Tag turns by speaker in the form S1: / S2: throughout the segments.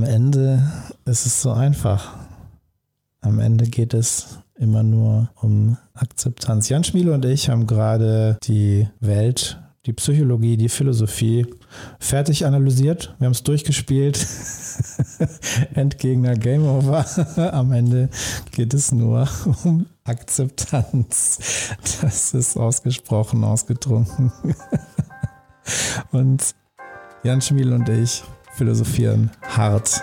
S1: Am Ende ist es so einfach. Am Ende geht es immer nur um Akzeptanz. Jan Schmiele und ich haben gerade die Welt, die Psychologie, die Philosophie fertig analysiert. Wir haben es durchgespielt. Endgegner, Game Over. Am Ende geht es nur um Akzeptanz. Das ist ausgesprochen, ausgetrunken. Und Jan Schmiele und ich philosophieren hart.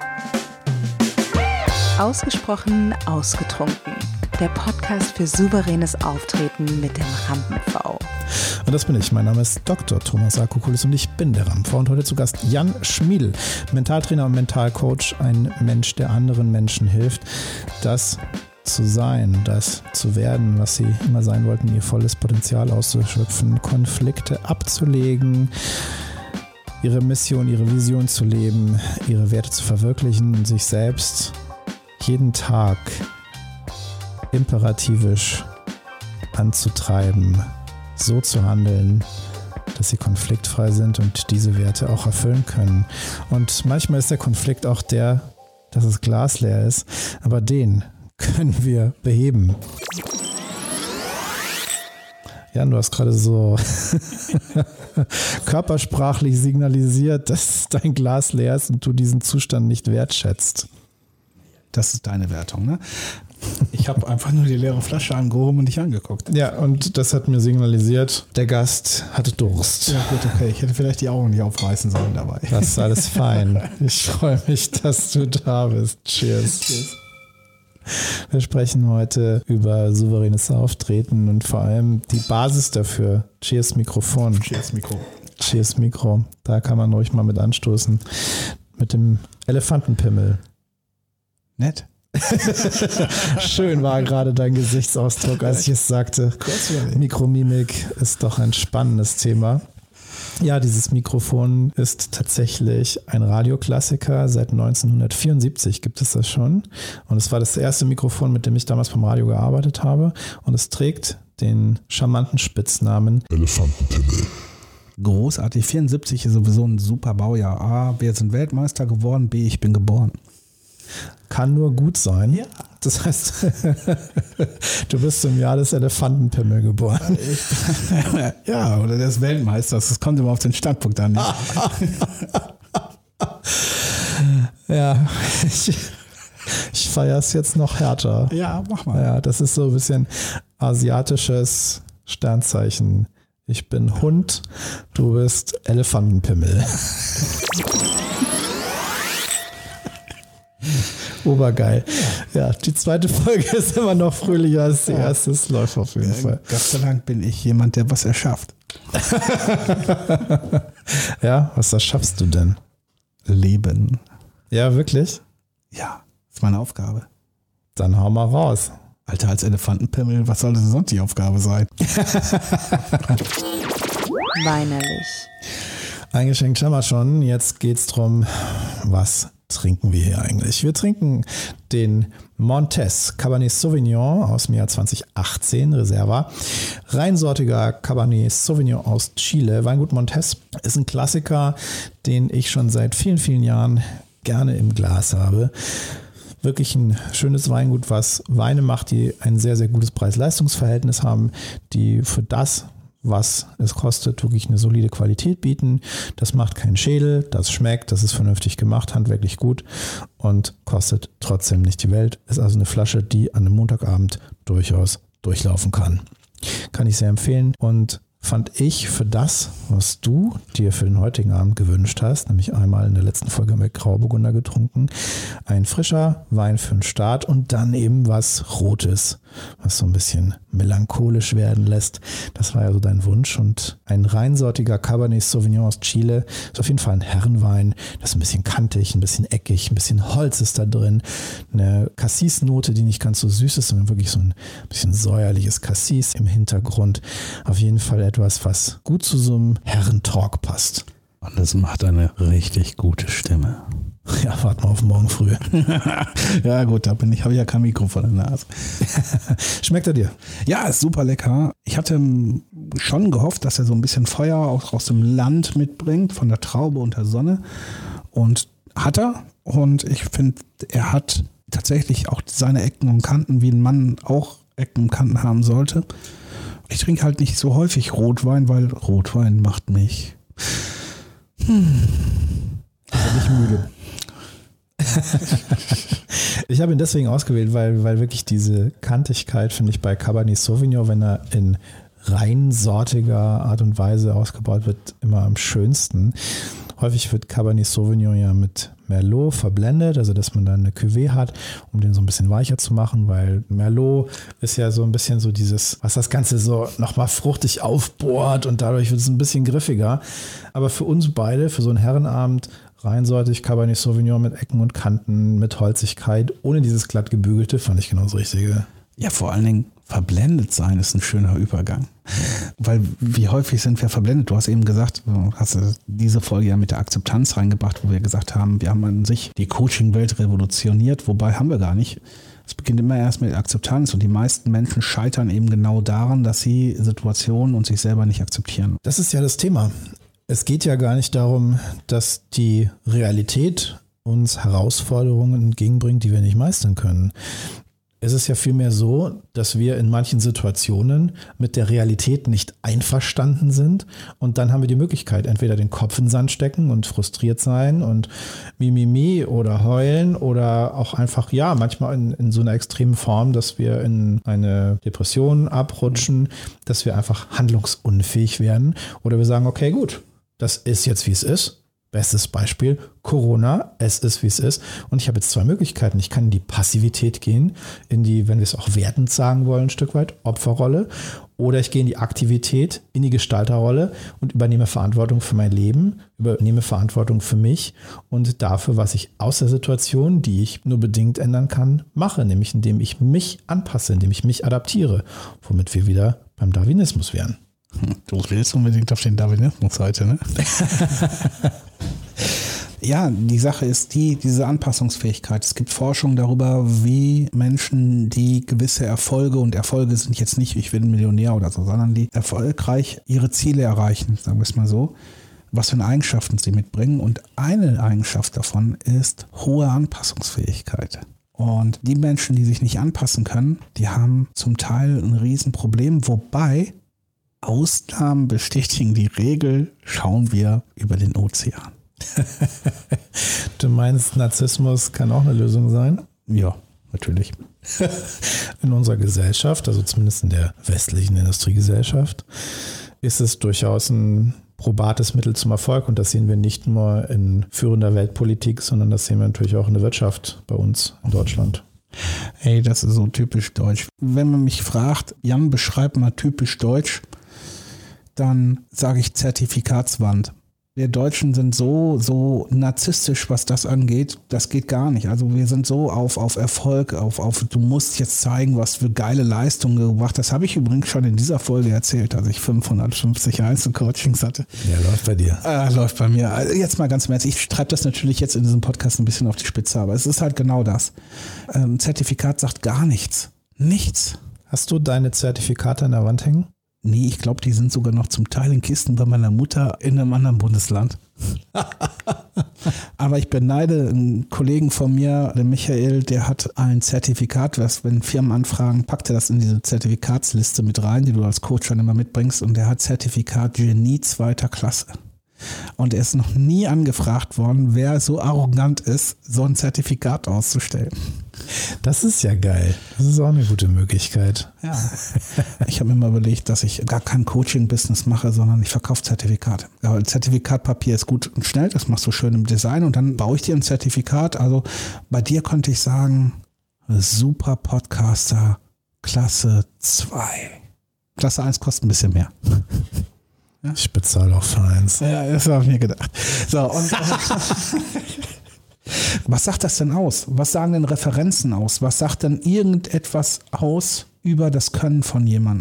S2: Ausgesprochen, ausgetrunken. Der Podcast für souveränes Auftreten mit dem Rampen-V.
S1: Und das bin ich. Mein Name ist Dr. Thomas Akokulis und ich bin der Rampen-V. Und heute zu Gast Jan Schmiele, Mentaltrainer und Mentalcoach. Ein Mensch, der anderen Menschen hilft, das zu sein, das zu werden, was sie immer sein wollten, ihr volles Potenzial auszuschöpfen, Konflikte abzulegen, ihre Mission, ihre Vision zu leben, ihre Werte zu verwirklichen und sich selbst jeden Tag imperativisch anzutreiben, so zu handeln, dass sie konfliktfrei sind und diese Werte auch erfüllen können. Und manchmal ist der Konflikt auch der, dass das Glas leer ist, aber den können wir beheben. Jan, du hast gerade so körpersprachlich signalisiert, dass dein Glas leer ist und du diesen Zustand nicht wertschätzt.
S3: Das ist deine Wertung, ne? Ich habe einfach nur die leere Flasche angehoben und dich angeguckt.
S1: Ja, und das hat mir signalisiert, der Gast hatte Durst.
S3: Ja gut, okay. Ich hätte vielleicht die Augen nicht aufreißen sollen dabei.
S1: Das ist alles fein. Ich freue mich, dass du da bist. Cheers.
S3: Cheers.
S1: Wir sprechen heute über souveränes Auftreten und vor allem die Basis dafür. Cheers Mikrofon.
S3: Cheers Mikro.
S1: Cheers Mikro. Da kann man ruhig mal mit anstoßen. Mit dem Elefantenpimmel.
S3: Nett.
S1: Schön war gerade dein Gesichtsausdruck, als ich es sagte. Mikromimik ist doch ein spannendes Thema. Ja, dieses Mikrofon ist tatsächlich ein Radioklassiker. Seit 1974 gibt es das schon. Und es war das erste Mikrofon, mit dem ich damals beim Radio gearbeitet habe. Und es trägt den charmanten Spitznamen
S4: Elefantenpimmel.
S3: Großartig. 74 ist sowieso ein super Baujahr. A, wir sind Weltmeister geworden. B, ich bin geboren.
S1: Kann nur gut sein.
S3: Ja.
S1: Das heißt, du bist im Jahr des Elefantenpimmel geboren.
S3: Ja, oder des Weltmeisters. Das kommt immer auf den Standpunkt an.
S1: Ja, ich feiere es jetzt noch härter.
S3: Ja, mach mal.
S1: Ja, das ist so ein bisschen asiatisches Sternzeichen. Ich bin Hund, du bist Elefantenpimmel. Obergeil. Ja, die zweite Folge ist immer noch fröhlicher als die erste. Es läuft auf jeden Fall.
S3: Gott sei Dank bin ich jemand, der was erschafft.
S1: Ja, was erschaffst du denn?
S3: Leben.
S1: Ja, wirklich?
S3: Ja, ist meine Aufgabe.
S1: Dann hau mal raus.
S3: Alter, als Elefantenpimmel, was soll das sonst die Aufgabe sein?
S2: Weinerlich.
S1: Eingeschenkt haben wir schon. Jetzt geht's drum, was trinken wir hier eigentlich? Wir trinken den Montes Cabernet Sauvignon aus dem Jahr 2018, Reserva. Reinsortiger Cabernet Sauvignon aus Chile. Weingut Montes ist ein Klassiker, den ich schon seit vielen, vielen Jahren gerne im Glas habe. Wirklich ein schönes Weingut, was Weine macht, die ein sehr, sehr gutes Preis-Leistungs-Verhältnis haben, die für das, was es kostet, wirklich eine solide Qualität bieten. Das macht keinen Schädel, das schmeckt, das ist vernünftig gemacht, handwerklich gut und kostet trotzdem nicht die Welt. Ist also eine Flasche, die an einem Montagabend durchaus durchlaufen kann. Kann ich sehr empfehlen und fand ich für das, was du dir für den heutigen Abend gewünscht hast, nämlich einmal in der letzten Folge haben wir Grauburgunder getrunken, ein frischer Wein für den Start und dann eben was Rotes, was so ein bisschen melancholisch werden lässt. Das war ja so dein Wunsch und ein reinsortiger Cabernet Sauvignon aus Chile ist auf jeden Fall ein Herrenwein. Das ist ein bisschen kantig, ein bisschen eckig, ein bisschen Holz ist da drin, eine Cassis-Note, die nicht ganz so süß ist, sondern wirklich so ein bisschen säuerliches Cassis im Hintergrund. Auf jeden Fall etwas, was gut zu so einem Herrentalk passt.
S3: Und es macht eine richtig gute Stimme.
S1: Ja, warte mal auf morgen früh.
S3: Ja gut, habe ich ja kein Mikro vor der Nase.
S1: Schmeckt er dir?
S3: Ja, ist super lecker. Ich hatte schon gehofft, dass er so ein bisschen Feuer auch aus dem Land mitbringt, von der Traube und der Sonne. Und hat er. Und ich finde, er hat tatsächlich auch seine Ecken und Kanten, wie ein Mann auch Ecken und Kanten haben sollte. Ich trinke halt nicht so häufig Rotwein, weil Rotwein macht mich nicht müde.
S1: Ich habe ihn deswegen ausgewählt, weil wirklich diese Kantigkeit, finde ich, bei Cabernet Sauvignon, wenn er in reinsortiger Art und Weise ausgebaut wird, immer am schönsten. Häufig wird Cabernet Sauvignon ja mit Merlot verblendet, also dass man dann eine Cuvée hat, um den so ein bisschen weicher zu machen, weil Merlot ist ja so ein bisschen so dieses, was das Ganze so nochmal fruchtig aufbohrt und dadurch wird es ein bisschen griffiger. Aber für uns beide, für so einen Herrenabend, reinsortig Cabernet Sauvignon mit Ecken und Kanten, mit Holzigkeit, ohne dieses glatt gebügelte, fand ich genau das Richtige.
S3: Ja, vor allen Dingen verblendet sein ist ein schöner Übergang. Weil wie häufig sind wir verblendet? Du hast eben gesagt, du hast diese Folge ja mit der Akzeptanz reingebracht, wo wir gesagt haben, wir haben an sich die Coaching-Welt revolutioniert, wobei haben wir gar nicht. Es beginnt immer erst mit Akzeptanz und die meisten Menschen scheitern eben genau daran, dass sie Situationen und sich selber nicht akzeptieren.
S1: Das ist ja das Thema. Es geht ja gar nicht darum, dass die Realität uns Herausforderungen entgegenbringt, die wir nicht meistern können. Es ist ja vielmehr so, dass wir in manchen Situationen mit der Realität nicht einverstanden sind und dann haben wir die Möglichkeit, entweder den Kopf in den Sand stecken und frustriert sein und Mimimi oder heulen oder auch einfach, ja, manchmal in so einer extremen Form, dass wir in eine Depression abrutschen, dass wir einfach handlungsunfähig werden oder wir sagen, okay, gut, das ist jetzt, wie es ist. Bestes Beispiel, Corona, es ist, wie es ist. Und ich habe jetzt zwei Möglichkeiten. Ich kann in die Passivität gehen, in die, wenn wir es auch wertend sagen wollen, ein Stück weit, Opferrolle. Oder ich gehe in die Aktivität, in die Gestalterrolle und übernehme Verantwortung für mein Leben, übernehme Verantwortung für mich und dafür, was ich aus der Situation, die ich nur bedingt ändern kann, mache. Nämlich indem ich mich anpasse, indem ich mich adaptiere, womit wir wieder beim Darwinismus wären.
S3: Du willst unbedingt auf den Darwinismus heute, ne? Ja, die Sache ist diese Anpassungsfähigkeit. Es gibt Forschung darüber, wie Menschen, die gewisse Erfolge, und Erfolge sind jetzt nicht, ich bin Millionär oder so, sondern die erfolgreich ihre Ziele erreichen, sagen wir es mal so, was für Eigenschaften sie mitbringen. Und eine Eigenschaft davon ist hohe Anpassungsfähigkeit. Und die Menschen, die sich nicht anpassen können, die haben zum Teil ein Riesenproblem, wobei Ausnahmen bestätigen die Regel, schauen wir über den Ozean.
S1: Du meinst, Narzissmus kann auch eine Lösung sein?
S3: Ja, natürlich.
S1: In unserer Gesellschaft, also zumindest in der westlichen Industriegesellschaft, ist es durchaus ein probates Mittel zum Erfolg. Und das sehen wir nicht nur in führender Weltpolitik, sondern das sehen wir natürlich auch in der Wirtschaft bei uns in Deutschland.
S3: Hey, das ist so typisch deutsch. Wenn man mich fragt, Jan, beschreib mal typisch dann sage ich Zertifikatswand. Wir Deutschen sind so narzisstisch, was das angeht. Das geht gar nicht. Also wir sind so auf Erfolg, auf du musst jetzt zeigen, was für geile Leistungen gebracht. Das habe ich übrigens schon in dieser Folge erzählt, als ich 550 Einzelcoachings hatte.
S1: Ja, läuft bei dir.
S3: Läuft bei mir. Also jetzt mal ganz im Ernst. Ich treibe das natürlich jetzt in diesem Podcast ein bisschen auf die Spitze, aber es ist halt genau das. Zertifikat sagt gar nichts. Nichts.
S1: Hast du deine Zertifikate an der Wand hängen?
S3: Nee, ich glaube, die sind sogar noch zum Teil in Kisten bei meiner Mutter in einem anderen Bundesland. Aber ich beneide einen Kollegen von mir, der Michael, der hat ein Zertifikat, was, wenn Firmen anfragen, packt er das in diese Zertifikatsliste mit rein, die du als Coach dann immer mitbringst. Und der hat Zertifikat Genie 2. Klasse. Und er ist noch nie angefragt worden, wer so arrogant ist, so ein Zertifikat auszustellen.
S1: Das ist ja geil. Das ist auch eine gute Möglichkeit.
S3: Ja. Ich habe mir mal überlegt, dass ich gar kein Coaching-Business mache, sondern ich verkaufe Zertifikate. Ja, Zertifikatpapier ist gut und schnell, das machst du schön im Design und dann baue ich dir ein Zertifikat. Also bei dir könnte ich sagen, super Podcaster, Klasse 2. Klasse 1 kostet ein bisschen mehr.
S1: Ja? Ich bezahle auch für 1.
S3: Ja, das habe ich mir gedacht. So, und was sagt das denn aus? Was sagen denn Referenzen aus? Was sagt denn irgendetwas aus über das Können von jemandem?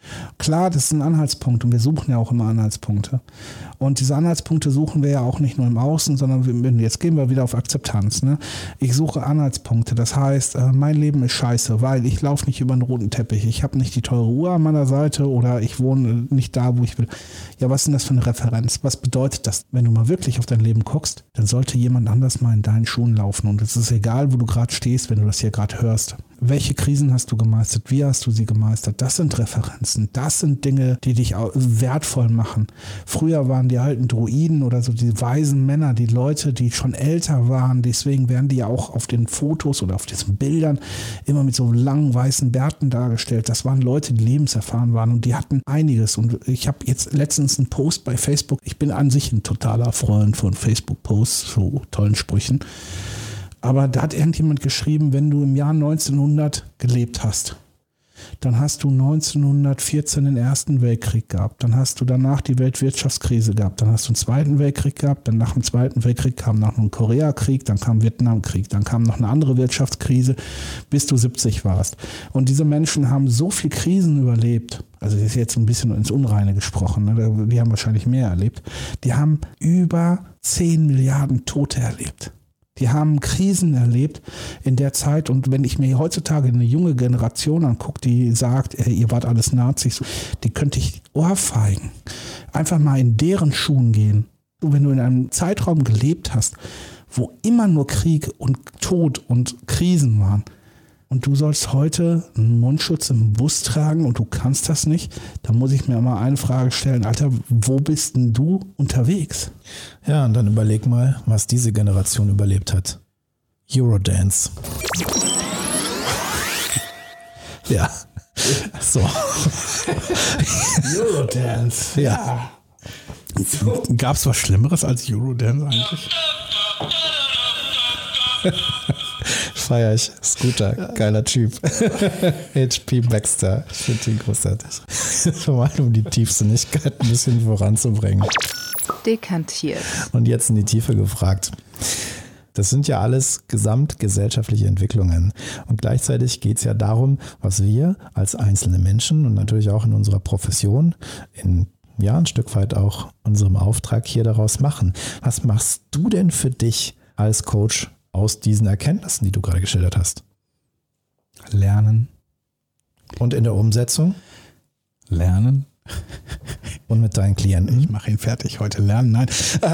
S3: Klar, das ist ein Anhaltspunkt und wir suchen ja auch immer Anhaltspunkte. Und diese Anhaltspunkte suchen wir ja auch nicht nur im Außen, sondern jetzt gehen wir wieder auf Akzeptanz. Ne? Ich suche Anhaltspunkte, das heißt, mein Leben ist scheiße, weil ich laufe nicht über einen roten Teppich, ich habe nicht die teure Uhr an meiner Seite oder ich wohne nicht da, wo ich will. Ja, was ist denn das für eine Referenz? Was bedeutet das? Wenn du mal wirklich auf dein Leben guckst, dann sollte jemand anders mal in deinen Schuhen laufen und es ist egal, wo du gerade stehst, wenn du das hier gerade hörst. Welche Krisen hast du gemeistert? Wie hast du sie gemeistert? Das sind Referenzen. Das sind Dinge, die dich wertvoll machen. Früher waren die alten Druiden oder so die weisen Männer, die Leute, die schon älter waren. Deswegen werden die ja auch auf den Fotos oder auf diesen Bildern immer mit so langen weißen Bärten dargestellt. Das waren Leute, die lebenserfahren waren und die hatten einiges. Und ich habe jetzt letztens einen Post bei Facebook. Ich bin an sich ein totaler Freund von Facebook-Posts, so tollen Sprüchen. Aber da hat irgendjemand geschrieben, wenn du im Jahr 1900 gelebt hast, dann hast du 1914 den Ersten Weltkrieg gehabt, dann hast du danach die Weltwirtschaftskrise gehabt, dann hast du den Zweiten Weltkrieg gehabt, dann nach dem Zweiten Weltkrieg kam noch ein Koreakrieg, dann kam Vietnamkrieg, dann kam noch eine andere Wirtschaftskrise, bis du 70 warst. Und diese Menschen haben so viel Krisen überlebt, also das ist jetzt ein bisschen ins Unreine gesprochen, ne? Die haben wahrscheinlich mehr erlebt, die haben über 10 Milliarden Tote erlebt. Die haben Krisen erlebt in der Zeit und wenn ich mir heutzutage eine junge Generation angucke, die sagt, ihr wart alles Nazis, die könnte ich ohrfeigen. Einfach mal in deren Schuhen gehen. Wenn du in einem Zeitraum gelebt hast, wo immer nur Krieg und Tod und Krisen waren und du sollst heute einen Mundschutz im Bus tragen und du kannst das nicht, dann muss ich mir mal eine Frage stellen, Alter, wo bist denn du unterwegs?
S1: Ja, und dann überleg mal, was diese Generation überlebt hat. Eurodance. Ja. So.
S3: Eurodance.
S1: Ja.
S3: Gab es was Schlimmeres als Eurodance eigentlich?
S1: Feier ich. Scooter, geiler Typ. HP Baxter. Ich finde ihn großartig. Schon mal, um die Tiefsinnigkeit ein bisschen voranzubringen.
S2: Dekantiert.
S1: Und jetzt in die Tiefe gefragt. Das sind ja alles gesamtgesellschaftliche Entwicklungen. Und gleichzeitig geht es ja darum, was wir als einzelne Menschen und natürlich auch in unserer Profession, ein Stück weit auch unserem Auftrag hier daraus machen. Was machst du denn für dich als Coach aus diesen Erkenntnissen, die du gerade geschildert hast?
S3: Lernen.
S1: Und in der Umsetzung?
S3: Lernen.
S1: Und mit deinen Klienten?
S3: Ich mache ihn fertig heute. Lernen, nein.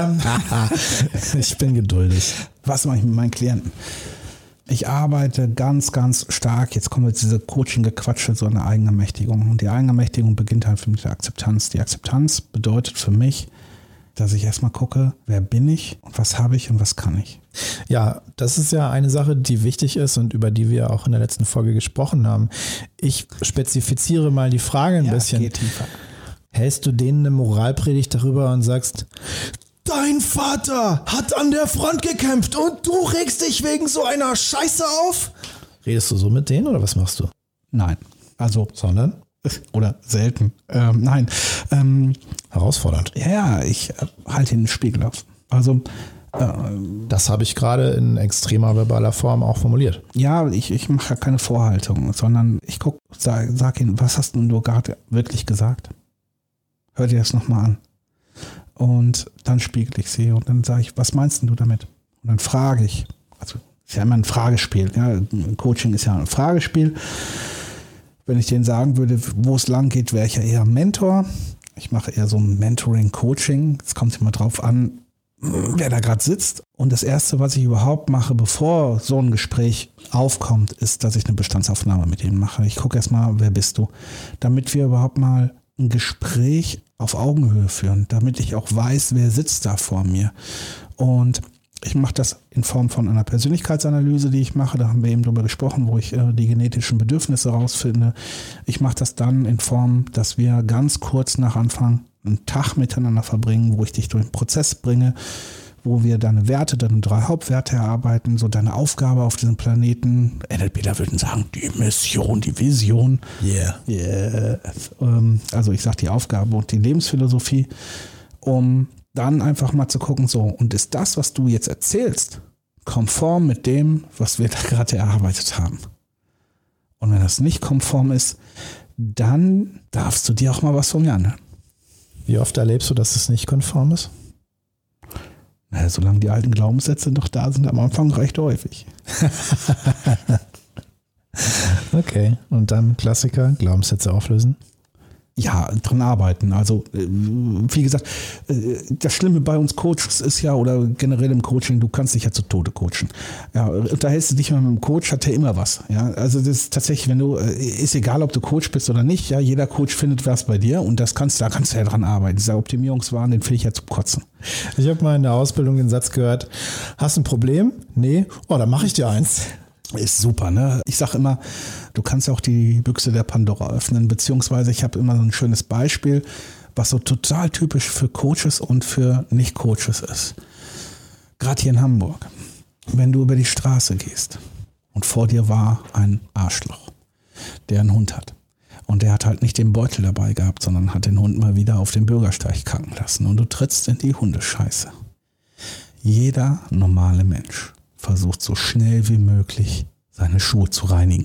S1: Ich bin geduldig.
S3: Was mache ich mit meinen Klienten? Ich arbeite ganz, ganz stark, jetzt kommen jetzt diese Coaching-Gequatsche, so eine Eigenermächtigung. Und die Eigenermächtigung beginnt halt mit der Akzeptanz. Die Akzeptanz bedeutet für mich, dass ich erstmal gucke, wer bin ich und was habe ich und was kann ich.
S1: Ja, das ist ja eine Sache, die wichtig ist und über die wir auch in der letzten Folge gesprochen haben. Ich spezifiziere mal die Frage ein bisschen.
S3: Geh tiefer.
S1: Hältst du denen eine Moralpredigt darüber und sagst, dein Vater hat an der Front gekämpft und du regst dich wegen so einer Scheiße auf? Redest du so mit denen oder was machst du?
S3: Nein. Also,
S1: sondern?
S3: Oder selten. Nein.
S1: Herausfordernd.
S3: Ja, ich halte den Spiegel auf. Also,
S1: das habe ich gerade in extremer verbaler Form auch formuliert.
S3: Ja, ich mache ja keine Vorhaltung, sondern ich gucke, sag ihnen, was hast du gerade wirklich gesagt? Hör dir das nochmal an. Und dann spiegel ich sie und dann sage ich, was meinst du damit? Und dann frage ich, also ist ja immer ein Fragespiel, ja, Coaching ist ja ein Fragespiel. Wenn ich denen sagen würde, wo es lang geht, wäre ich ja eher Mentor. Ich mache eher so ein Mentoring-Coaching. Es kommt immer drauf an, wer da gerade sitzt. Und das Erste, was ich überhaupt mache, bevor so ein Gespräch aufkommt, ist, dass ich eine Bestandsaufnahme mit ihnen mache. Ich gucke erstmal, wer bist du? Damit wir überhaupt mal ein Gespräch auf Augenhöhe führen, damit ich auch weiß, wer sitzt da vor mir. Und ich mache das in Form von einer Persönlichkeitsanalyse, die ich mache. Da haben wir eben drüber gesprochen, wo ich die genetischen Bedürfnisse rausfinde. Ich mache das dann in Form, dass wir ganz kurz nach Anfang einen Tag miteinander verbringen, wo ich dich durch den Prozess bringe, wo wir deine Werte, deine 3 Hauptwerte erarbeiten, so deine Aufgabe auf diesem Planeten. NLPler würden sagen, die Mission, die Vision.
S1: Yeah.
S3: Also ich sage die Aufgabe und die Lebensphilosophie, um dann einfach mal zu gucken, so, und ist das, was du jetzt erzählst, konform mit dem, was wir da gerade erarbeitet haben? Und wenn das nicht konform ist, dann darfst du dir auch mal was von mir anhören.
S1: Wie oft erlebst du, dass es nicht konform ist?
S3: Naja, solange die alten Glaubenssätze noch da sind, am Anfang recht häufig.
S1: Okay, und dann Klassiker, Glaubenssätze auflösen?
S3: Ja, dran arbeiten. Also, wie gesagt, das Schlimme bei uns Coaches ist ja, oder generell im Coaching, du kannst dich ja zu Tode coachen. Ja, unterhältst du dich mal mit dem Coach, hat der immer was. Ja, also das ist tatsächlich, wenn du, ist egal, ob du Coach bist oder nicht, ja, jeder Coach findet was bei dir und da kannst du ja dran arbeiten. Dieser Optimierungswahn, den finde ich ja zum Kotzen.
S1: Ich habe mal in der Ausbildung den Satz gehört, hast du ein Problem? Nee? Oh, dann mache ich dir eins.
S3: Ist super, ne? Ich sage immer, du kannst auch die Büchse der Pandora öffnen, beziehungsweise ich habe immer so ein schönes Beispiel, was so total typisch für Coaches und für Nicht-Coaches ist. Gerade hier in Hamburg, wenn du über die Straße gehst und vor dir war ein Arschloch, der einen Hund hat. Und der hat halt nicht den Beutel dabei gehabt, sondern hat den Hund mal wieder auf dem Bürgersteig kacken lassen. Und du trittst in die Hundescheiße. Jeder normale Mensch versucht so schnell wie möglich seine Schuhe zu reinigen.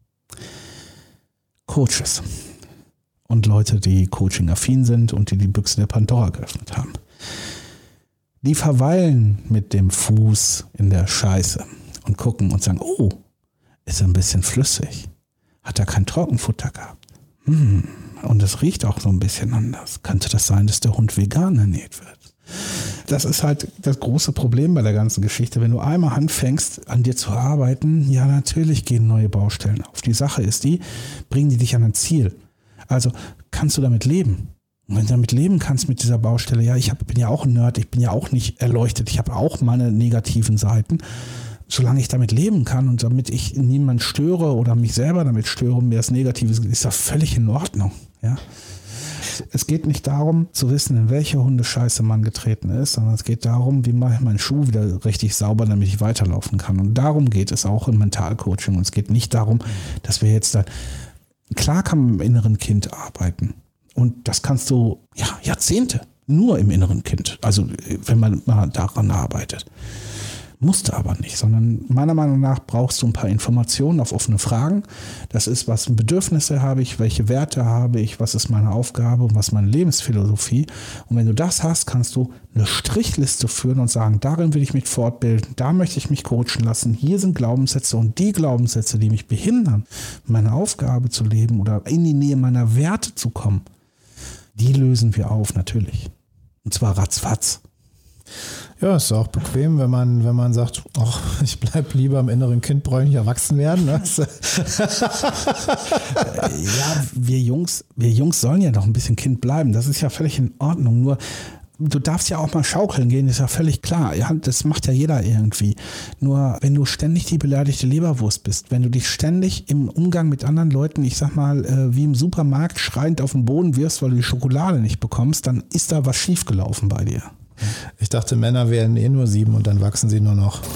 S3: Coaches und Leute, die Coaching-affin sind und die die Büchse der Pandora geöffnet haben, die verweilen mit dem Fuß in der Scheiße und gucken und sagen, oh, ist er ein bisschen flüssig, hat er kein Trockenfutter gehabt. Und es riecht auch so ein bisschen anders. Könnte das sein, dass der Hund vegan ernährt wird? Das ist halt das große Problem bei der ganzen Geschichte. Wenn du einmal anfängst, an dir zu arbeiten, ja, natürlich gehen neue Baustellen auf. Die Sache ist die, bringen die dich an ein Ziel. Also kannst du damit leben? Und wenn du damit leben kannst mit dieser Baustelle, ja, bin ja auch ein Nerd, ich bin ja auch nicht erleuchtet, ich habe auch meine negativen Seiten. Solange ich damit leben kann und damit ich niemanden störe oder mich selber damit störe und mir das Negative ist das völlig in Ordnung, ja. Es geht nicht darum, zu wissen, in welche Hundescheiße man getreten ist, sondern es geht darum, wie mache ich meinen Schuh wieder richtig sauber, damit ich weiterlaufen kann. Und darum geht es auch im Mentalcoaching. Und es geht nicht darum, dass wir jetzt da, klar kann man im inneren Kind arbeiten. Und das kannst du, ja, Jahrzehnte nur im inneren Kind. Also, wenn man mal daran arbeitet. Musste aber nicht, sondern meiner Meinung nach brauchst du ein paar Informationen auf offene Fragen. Das ist, was für Bedürfnisse habe ich, welche Werte habe ich, was ist meine Aufgabe und was ist meine Lebensphilosophie. Und wenn du das hast, kannst du eine Strichliste führen und sagen, darin will ich mich fortbilden, da möchte ich mich coachen lassen, hier sind Glaubenssätze und die Glaubenssätze, die mich behindern, meine Aufgabe zu leben oder in die Nähe meiner Werte zu kommen, die lösen wir auf, natürlich. Und zwar ratzfatz.
S1: Ja, ist auch bequem, wenn man sagt, ach, ich bleib lieber im inneren Kind, brauche ich nicht erwachsen werden. Ne?
S3: Ja, wir Jungs sollen ja noch ein bisschen Kind bleiben. Das ist ja völlig in Ordnung. Nur du darfst ja auch mal schaukeln gehen, ist ja völlig klar. Ja, das macht ja jeder irgendwie. Nur wenn du ständig die beleidigte Leberwurst bist, wenn du dich ständig im Umgang mit anderen Leuten, ich sag mal, wie im Supermarkt schreiend auf den Boden wirfst, weil du die Schokolade nicht bekommst, dann ist da was schiefgelaufen bei dir.
S1: Ich dachte, Männer werden nur 7 und dann wachsen sie nur noch.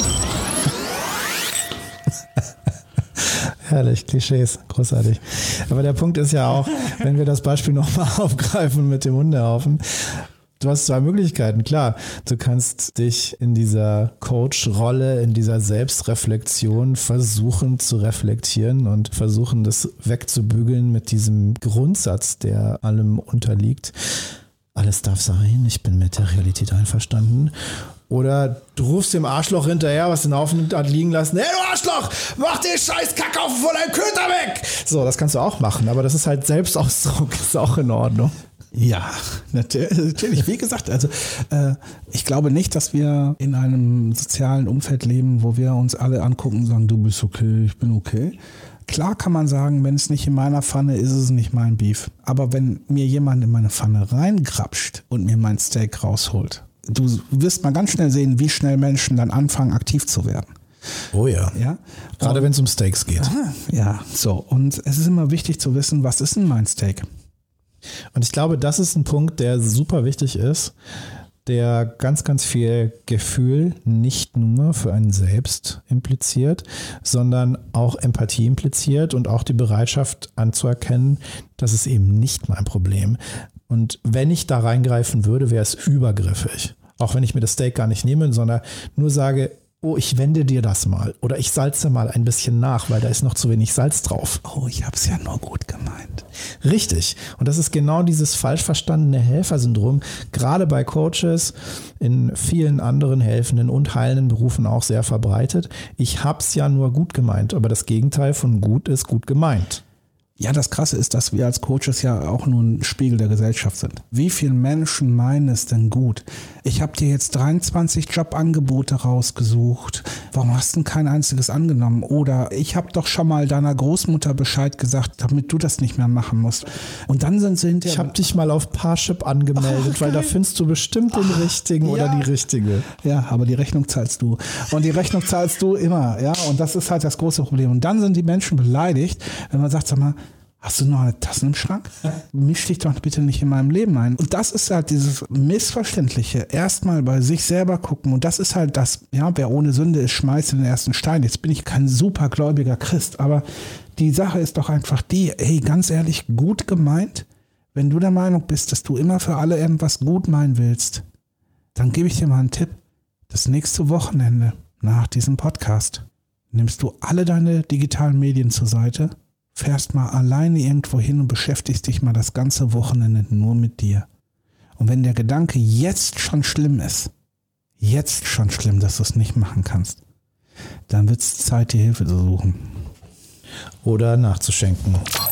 S1: Herrlich, Klischees, großartig. Aber der Punkt ist ja auch, wenn wir das Beispiel nochmal aufgreifen mit dem Hundehaufen, du hast 2 Möglichkeiten. Klar, du kannst dich in dieser Coach-Rolle, in dieser Selbstreflexion versuchen zu reflektieren und versuchen, das wegzubügeln mit diesem Grundsatz, der allem unterliegt. Alles darf sein, ich bin mit der Realität einverstanden. Oder du rufst dem Arschloch hinterher, was den Haufen hat liegen lassen. Hey, du Arschloch, mach den scheiß Kackhaufen von deinem Köter weg! So, das kannst du auch machen, aber das ist halt Selbstausdruck, ist auch in Ordnung.
S3: Ja, natürlich. Wie gesagt, also ich glaube nicht, dass wir in einem sozialen Umfeld leben, wo wir uns alle angucken und sagen, du bist okay, ich bin okay. Klar kann man sagen, wenn es nicht in meiner Pfanne ist, ist es nicht mein Beef. Aber wenn mir jemand in meine Pfanne reingrapscht und mir mein Steak rausholt, du wirst mal ganz schnell sehen, wie schnell Menschen dann anfangen, aktiv zu werden.
S1: Oh ja.
S3: Ja?
S1: Gerade wenn es um Steaks geht.
S3: Ja, so. Und es ist immer wichtig zu wissen, was ist denn mein Steak?
S1: Und ich glaube, das ist ein Punkt, der super wichtig ist, der ganz, ganz viel Gefühl nicht nur für einen selbst impliziert, sondern auch Empathie impliziert und auch die Bereitschaft anzuerkennen, das ist eben nicht mein Problem. Und wenn ich da reingreifen würde, wäre es übergriffig. Auch wenn ich mir das Steak gar nicht nehme, sondern nur sage, oh, ich wende dir das mal oder ich salze mal ein bisschen nach, weil da ist noch zu wenig Salz drauf.
S3: Oh, ich habe es ja nur gut gemeint.
S1: Richtig. Und das ist genau dieses falsch verstandene Helfersyndrom, gerade bei Coaches, in vielen anderen helfenden und heilenden Berufen auch sehr verbreitet. Ich habe es ja nur gut gemeint, aber das Gegenteil von gut ist gut gemeint.
S3: Ja, das Krasse ist, dass wir als Coaches ja auch nur ein Spiegel der Gesellschaft sind. Wie viele Menschen meinen es denn gut? Ich habe dir jetzt 23 Jobangebote rausgesucht. Warum hast du denn kein einziges angenommen? Oder ich habe doch schon mal deiner Großmutter Bescheid gesagt, damit du das nicht mehr machen musst. Und dann sind sie hinterher...
S1: Ich habe dich mal auf Parship angemeldet, weil da findest du bestimmt den Richtigen oder die Richtige.
S3: Ja, aber die Rechnung zahlst du. Und die Rechnung zahlst du immer. Ja, und das ist halt das große Problem. Und dann sind die Menschen beleidigt, wenn man sagt, sag mal, hast du noch eine Tasse im Schrank? Misch dich doch bitte nicht in meinem Leben ein. Und das ist halt dieses Missverständliche. Erstmal bei sich selber gucken. Und das ist halt das, ja, wer ohne Sünde ist, schmeißt den ersten Stein. Jetzt bin ich kein supergläubiger Christ, aber die Sache ist doch einfach die, hey, ganz ehrlich, gut gemeint, wenn du der Meinung bist, dass du immer für alle irgendwas gut meinen willst, dann gebe ich dir mal einen Tipp. Das nächste Wochenende nach diesem Podcast nimmst du alle deine digitalen Medien zur Seite, fährst mal alleine irgendwo hin und beschäftigst dich mal das ganze Wochenende nur mit dir. Und wenn der Gedanke jetzt schon schlimm ist, dass du es nicht machen kannst, dann wird es Zeit, dir Hilfe zu suchen.
S1: Oder nachzuschenken.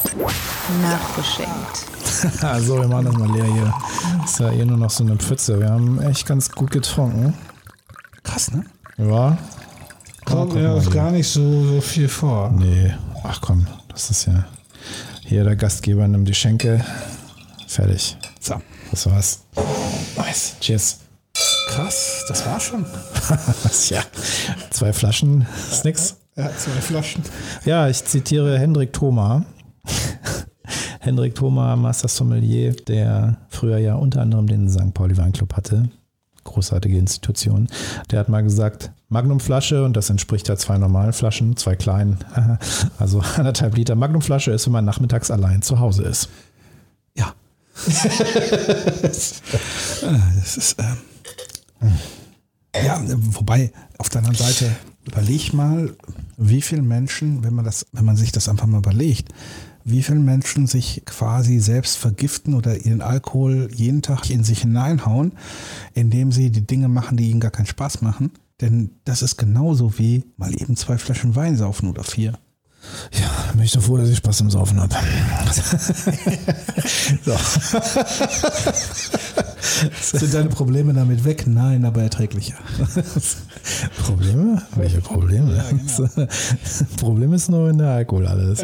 S2: Nachgeschenkt.
S1: Also, wir machen das mal leer hier. Ist ja nur noch so eine Pfütze. Wir haben echt ganz gut getrunken.
S3: Krass, ne?
S1: Ja.
S3: Kommt mir auch gar nicht so viel vor.
S1: Nee, ach komm, das ist ja... Hier, der Gastgeber nimmt die Schenke. Fertig.
S3: So.
S1: Das war's. Nice. Cheers.
S3: Krass, das war schon.
S1: Ja, 2 Flaschen, ist nix.
S3: Ja, 2 Flaschen.
S1: Ja, ich zitiere Hendrik Thoma. Hendrik Thoma, Master Sommelier, der früher ja unter anderem den St. Pauli Weinclub hatte. Großartige Institution. Der hat mal gesagt, Magnumflasche, und das entspricht ja 2 normalen Flaschen, 2 kleinen, also 1,5 Liter Magnumflasche ist, wenn man nachmittags allein zu Hause ist.
S3: Ja. Das ist... Ja, wobei, auf der anderen Seite, überleg mal, wie viele Menschen, wenn man sich das einfach mal überlegt, wie viele Menschen sich quasi selbst vergiften oder ihren Alkohol jeden Tag in sich hineinhauen, indem sie die Dinge machen, die ihnen gar keinen Spaß machen. Denn das ist genauso wie mal eben 2 Flaschen Wein saufen oder 4.
S1: Ja, bin ich doch froh, dass ich Spaß im Saufen habe. So.
S3: Sind deine Probleme damit weg? Nein, aber erträglicher.
S1: Probleme? Welche Probleme?
S3: Ja, genau.
S1: Problem ist nur in der Alkohol alles.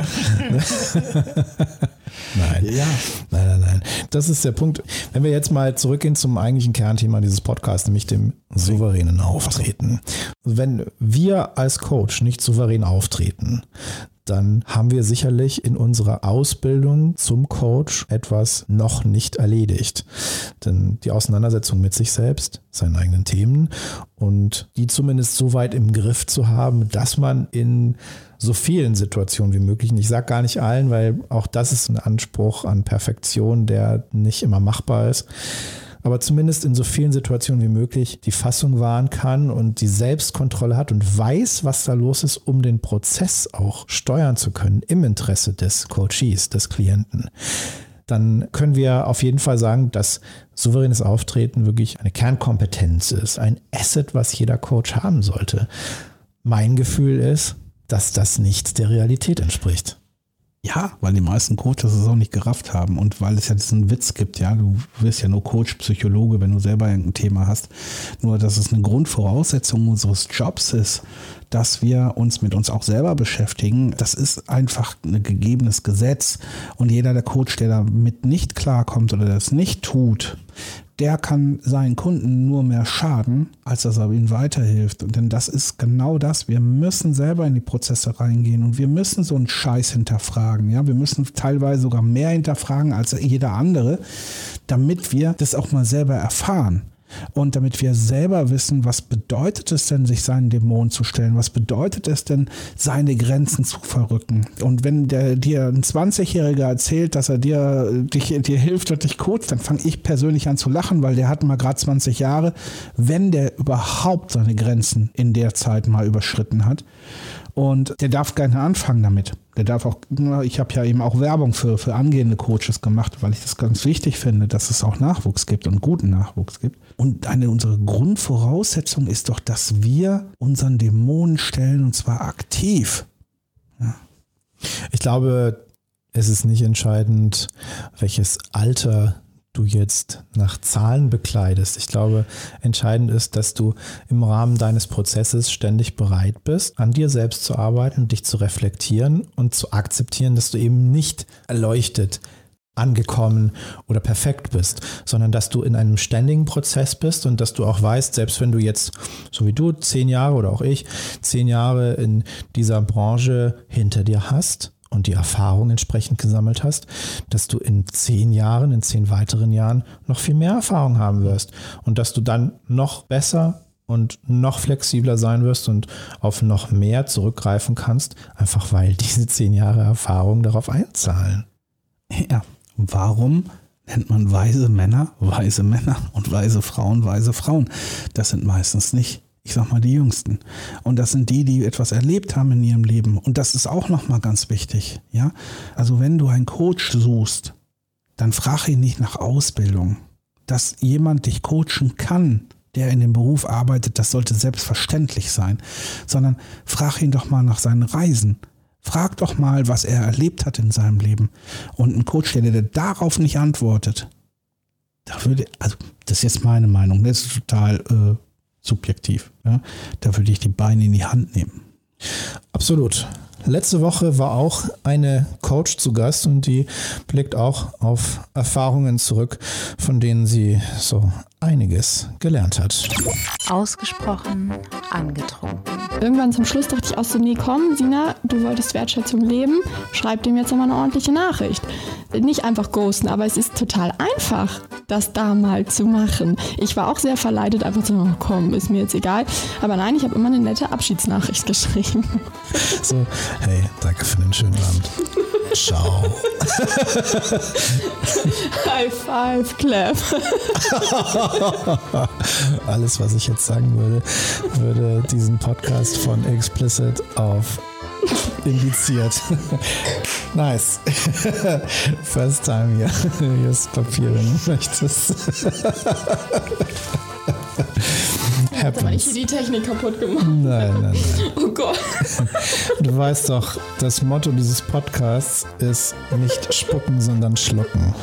S1: Nein.
S3: Ja.
S1: Nein. Das ist der Punkt. Wenn wir jetzt mal zurückgehen zum eigentlichen Kernthema dieses Podcasts, nämlich dem souveränen Auftreten. Wenn wir als Coach nicht souverän auftreten, dann haben wir sicherlich in unserer Ausbildung zum Coach etwas noch nicht erledigt. Denn die Auseinandersetzung mit sich selbst, seinen eigenen Themen und die zumindest so weit im Griff zu haben, dass man in so vielen Situationen wie möglich, und ich sage gar nicht allen, weil auch das ist ein Anspruch an Perfektion, der nicht immer machbar ist, aber zumindest in so vielen Situationen wie möglich die Fassung wahren kann und die Selbstkontrolle hat und weiß, was da los ist, um den Prozess auch steuern zu können im Interesse des Coaches, des Klienten. Dann können wir auf jeden Fall sagen, dass souveränes Auftreten wirklich eine Kernkompetenz ist, ein Asset, was jeder Coach haben sollte. Mein Gefühl ist, dass das nicht der Realität entspricht.
S3: Ja, weil die meisten Coaches es auch nicht gerafft haben und weil es ja diesen Witz gibt, ja, du wirst ja nur Coach, Psychologe, wenn du selber ein Thema hast, nur dass es eine Grundvoraussetzung unseres Jobs ist, dass wir uns mit uns auch selber beschäftigen. Das ist einfach ein gegebenes Gesetz und jeder der Coach, der damit nicht klarkommt oder das nicht tut, der kann seinen Kunden nur mehr schaden, als dass er ihnen weiterhilft. Und denn das ist genau das. Wir müssen selber in die Prozesse reingehen und wir müssen so einen Scheiß hinterfragen. Ja, wir müssen teilweise sogar mehr hinterfragen als jeder andere, damit wir das auch mal selber erfahren. Und damit wir selber wissen, was bedeutet es denn, sich seinen Dämonen zu stellen? Was bedeutet es denn, seine Grenzen zu verrücken? Und wenn dir ein 20-Jähriger erzählt, dass er dir hilft und dich coacht, dann fange ich persönlich an zu lachen, weil der hat mal gerade 20 Jahre, wenn der überhaupt seine Grenzen in der Zeit mal überschritten hat. Und der darf gerne anfangen damit. Der darf auch, ich habe ja eben auch Werbung für angehende Coaches gemacht, weil ich das ganz wichtig finde, dass es auch Nachwuchs gibt und guten Nachwuchs gibt. Und unsere Grundvoraussetzung ist doch, dass wir unseren Dämonen stellen, und zwar aktiv. Ja.
S1: Ich glaube, es ist nicht entscheidend, welches Alter du jetzt nach Zahlen bekleidest. Ich glaube, entscheidend ist, dass du im Rahmen deines Prozesses ständig bereit bist, an dir selbst zu arbeiten und dich zu reflektieren und zu akzeptieren, dass du eben nicht erleuchtet, angekommen oder perfekt bist, sondern dass du in einem ständigen Prozess bist und dass du auch weißt, selbst wenn du jetzt, so wie du, 10 Jahre oder auch ich, 10 Jahre in dieser Branche hinter dir hast, und die Erfahrung entsprechend gesammelt hast, dass du in 10 Jahren, in 10 weiteren Jahren noch viel mehr Erfahrung haben wirst und dass du dann noch besser und noch flexibler sein wirst und auf noch mehr zurückgreifen kannst, einfach weil diese 10 Jahre Erfahrung darauf einzahlen.
S3: Ja, warum nennt man weise Männer und weise Frauen? Das sind meistens nicht, ich sag mal, die Jüngsten. Und das sind die etwas erlebt haben in ihrem Leben. Und das ist auch nochmal ganz wichtig. Ja? Also wenn du einen Coach suchst, dann frag ihn nicht nach Ausbildung. Dass jemand dich coachen kann, der in dem Beruf arbeitet, das sollte selbstverständlich sein. Sondern frag ihn doch mal nach seinen Reisen. Frag doch mal, was er erlebt hat in seinem Leben. Und ein Coach, der darauf nicht antwortet, das ist jetzt meine Meinung, das ist total subjektiv. Ja? Da würde ich die Beine in die Hand nehmen.
S1: Absolut. Letzte Woche war auch eine Coach zu Gast und die blickt auch auf Erfahrungen zurück, von denen sie so einiges gelernt hat.
S2: Ausgesprochen angetrunken.
S4: Irgendwann zum Schluss dachte ich auch so, nee, komm, Sina, du wolltest Wertschätzung leben, schreib dem jetzt nochmal eine ordentliche Nachricht. Nicht einfach ghosten, aber es ist total einfach, das da mal zu machen. Ich war auch sehr verleitet, einfach so, oh, komm, ist mir jetzt egal. Aber nein, ich habe immer eine nette Abschiedsnachricht geschrieben.
S1: So, hey, danke für den schönen Abend. Ciao.
S4: High five, Clap.
S1: Alles, was ich jetzt sagen würde diesen Podcast von Explicit auf indiziert. Nice. First time hier. Hier ist Papier, wenn du möchtest.
S4: Hast aber nicht die Technik kaputt gemacht.
S1: Nein.
S4: Oh Gott.
S1: Du weißt doch, das Motto dieses Podcasts ist nicht spucken, sondern schlucken.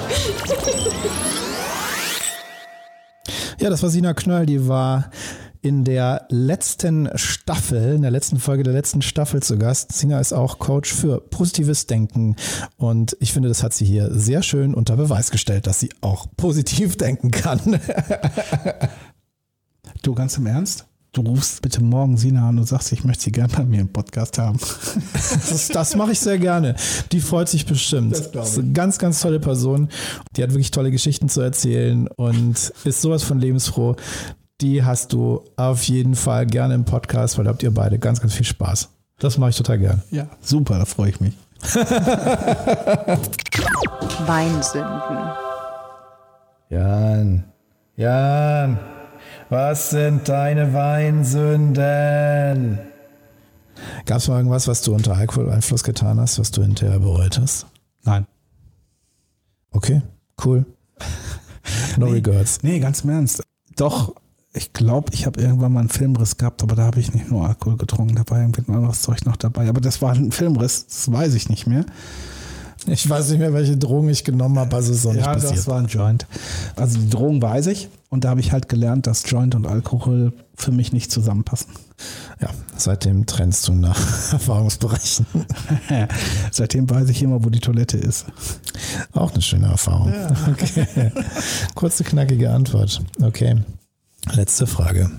S1: Ja, das war Sina Knöll, die war in der letzten Folge der letzten Staffel zu Gast. Sina ist auch Coach für positives Denken und ich finde, das hat sie hier sehr schön unter Beweis gestellt, dass sie auch positiv denken kann.
S3: Du, ganz im Ernst? Du rufst bitte morgen Sina an und sagst, ich möchte sie gerne bei mir im Podcast haben.
S1: Das mache ich sehr gerne. Die freut sich bestimmt. Das ist eine ganz, ganz tolle Person. Die hat wirklich tolle Geschichten zu erzählen und ist sowas von lebensfroh. Die hast du auf jeden Fall gerne im Podcast, weil da habt ihr beide ganz, ganz viel Spaß. Das mache ich total gern.
S3: Ja, super, da freue ich mich.
S2: Weinsünden.
S1: Jan, was sind deine Weinsünden? Gab es mal irgendwas, was du unter Alkoholeinfluss getan hast, was du hinterher bereut hast?
S3: Nein.
S1: Okay, cool. No regrets.
S3: Nee, ganz im Ernst. Doch, ich glaube, ich habe irgendwann mal einen Filmriss gehabt, aber da habe ich nicht nur Alkohol getrunken, da war irgendwie ein anderes Zeug noch dabei. Aber das war ein Filmriss, das weiß ich nicht mehr.
S1: Ich weiß nicht mehr, welche Drogen ich genommen habe, also ist auch nicht passiert. Ja,
S3: das war ein Joint. Also die Drogen weiß ich und da habe ich halt gelernt, dass Joint und Alkohol für mich nicht zusammenpassen.
S1: Ja, seitdem trennst du nach Erfahrungsbereichen.
S3: Seitdem weiß ich immer, wo die Toilette ist.
S1: Auch eine schöne Erfahrung. Ja. Okay. Kurze, knackige Antwort. Okay. Letzte Frage.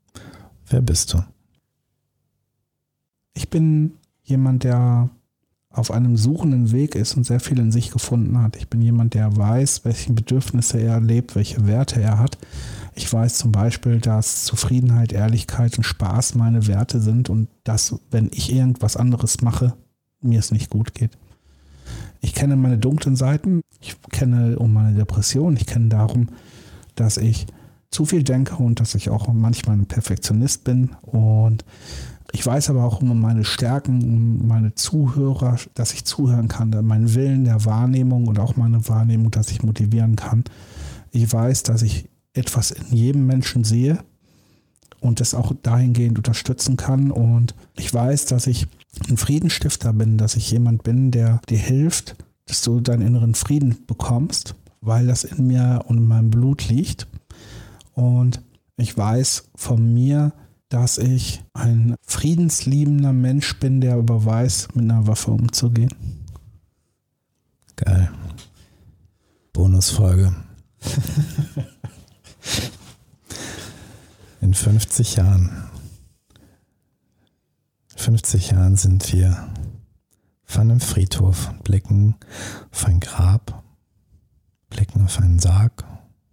S1: Wer bist du?
S3: Ich bin jemand, der auf einem suchenden Weg ist und sehr viel in sich gefunden hat. Ich bin jemand, der weiß, welche Bedürfnisse er lebt, welche Werte er hat. Ich weiß zum Beispiel, dass Zufriedenheit, Ehrlichkeit und Spaß meine Werte sind und dass, wenn ich irgendwas anderes mache, mir es nicht gut geht. Ich kenne meine dunklen Seiten, ich kenne um meine Depression, ich kenne darum, dass ich zu viel denke und dass ich auch manchmal ein Perfektionist bin, und ich weiß aber auch um meine Stärken, um meine Zuhörer, dass ich zuhören kann, meinen Willen der Wahrnehmung und auch meine Wahrnehmung, dass ich motivieren kann. Ich weiß, dass ich etwas in jedem Menschen sehe und das auch dahingehend unterstützen kann, und ich weiß, dass ich ein Friedensstifter bin, dass ich jemand bin, der dir hilft, dass du deinen inneren Frieden bekommst, weil das in mir und in meinem Blut liegt, und ich weiß von mir, dass ich ein friedensliebender Mensch bin, der aber weiß, mit einer Waffe umzugehen.
S1: Geil. Bonusfolge. In 50 Jahren sind wir auf einem Friedhof und blicken auf ein Grab, blicken auf einen Sarg,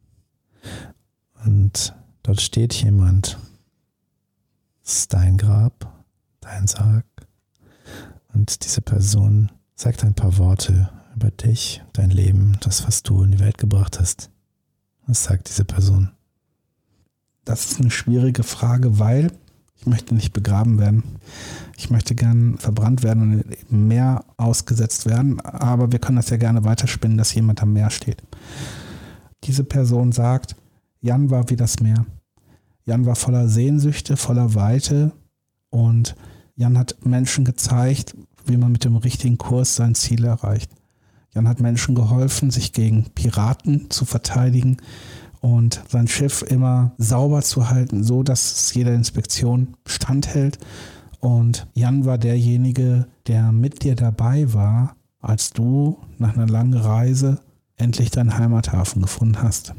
S1: und dort steht jemand. Es ist dein Grab, dein Sarg, und diese Person sagt ein paar Worte über dich, dein Leben, das, was du in die Welt gebracht hast. Was sagt diese Person?
S3: Das ist eine schwierige Frage, weil ich möchte nicht begraben werden. Ich möchte gern verbrannt werden und im Meer ausgesetzt werden, aber wir können das ja gerne weiterspinnen, dass jemand am Meer steht. Diese Person sagt, Jan war wie das Meer. Jan war voller Sehnsüchte, voller Weite, und Jan hat Menschen gezeigt, wie man mit dem richtigen Kurs sein Ziel erreicht. Jan hat Menschen geholfen, sich gegen Piraten zu verteidigen und sein Schiff immer sauber zu halten, so dass es jeder Inspektion standhält. Und Jan war derjenige, der mit dir dabei war, als du nach einer langen Reise endlich deinen Heimathafen gefunden hast.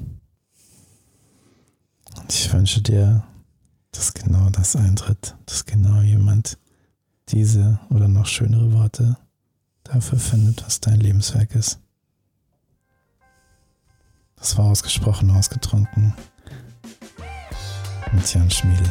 S1: Ich wünsche dir, dass genau das eintritt, dass genau jemand diese oder noch schönere Worte dafür findet, was dein Lebenswerk ist. Das war ausgesprochen, ausgetrunken mit Jan Schmiedl.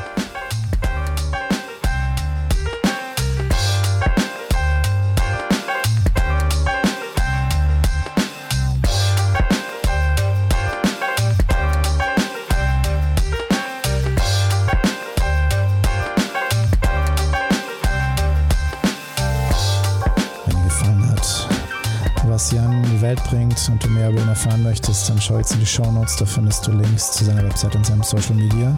S1: Was Jan in die Welt bringt und du mehr über ihn erfahren möchtest, dann schau jetzt in die Shownotes, da findest du Links zu seiner Website und seinem Social Media.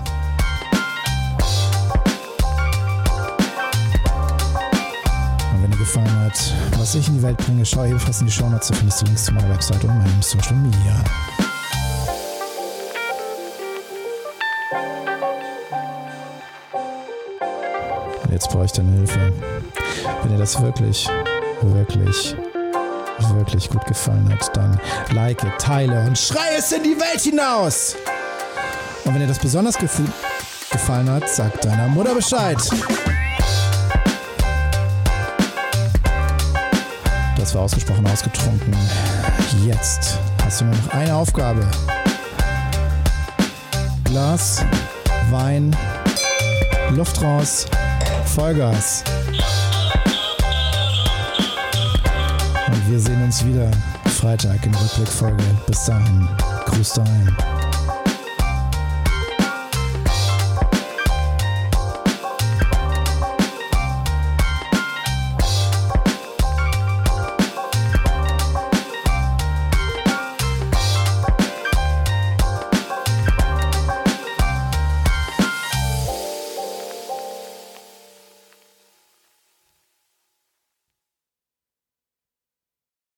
S1: Und wenn dir gefallen hat, was ich in die Welt bringe, schau ebenfalls in die Shownotes, da findest du Links zu meiner Website und meinem Social Media. Und jetzt brauche ich deine Hilfe. Wenn dir das wirklich gut gefallen hat, dann like, teile und schrei es in die Welt hinaus. Und wenn dir das besonders gefallen hat, sag deiner Mutter Bescheid. Das war ausgesprochen ausgetrunken. Jetzt hast du nur noch eine Aufgabe. Glas, Wein, Luft raus, Vollgas. Und wir sehen uns wieder Freitag in der Rückblickfolge. Bis dahin, Gruß daheim.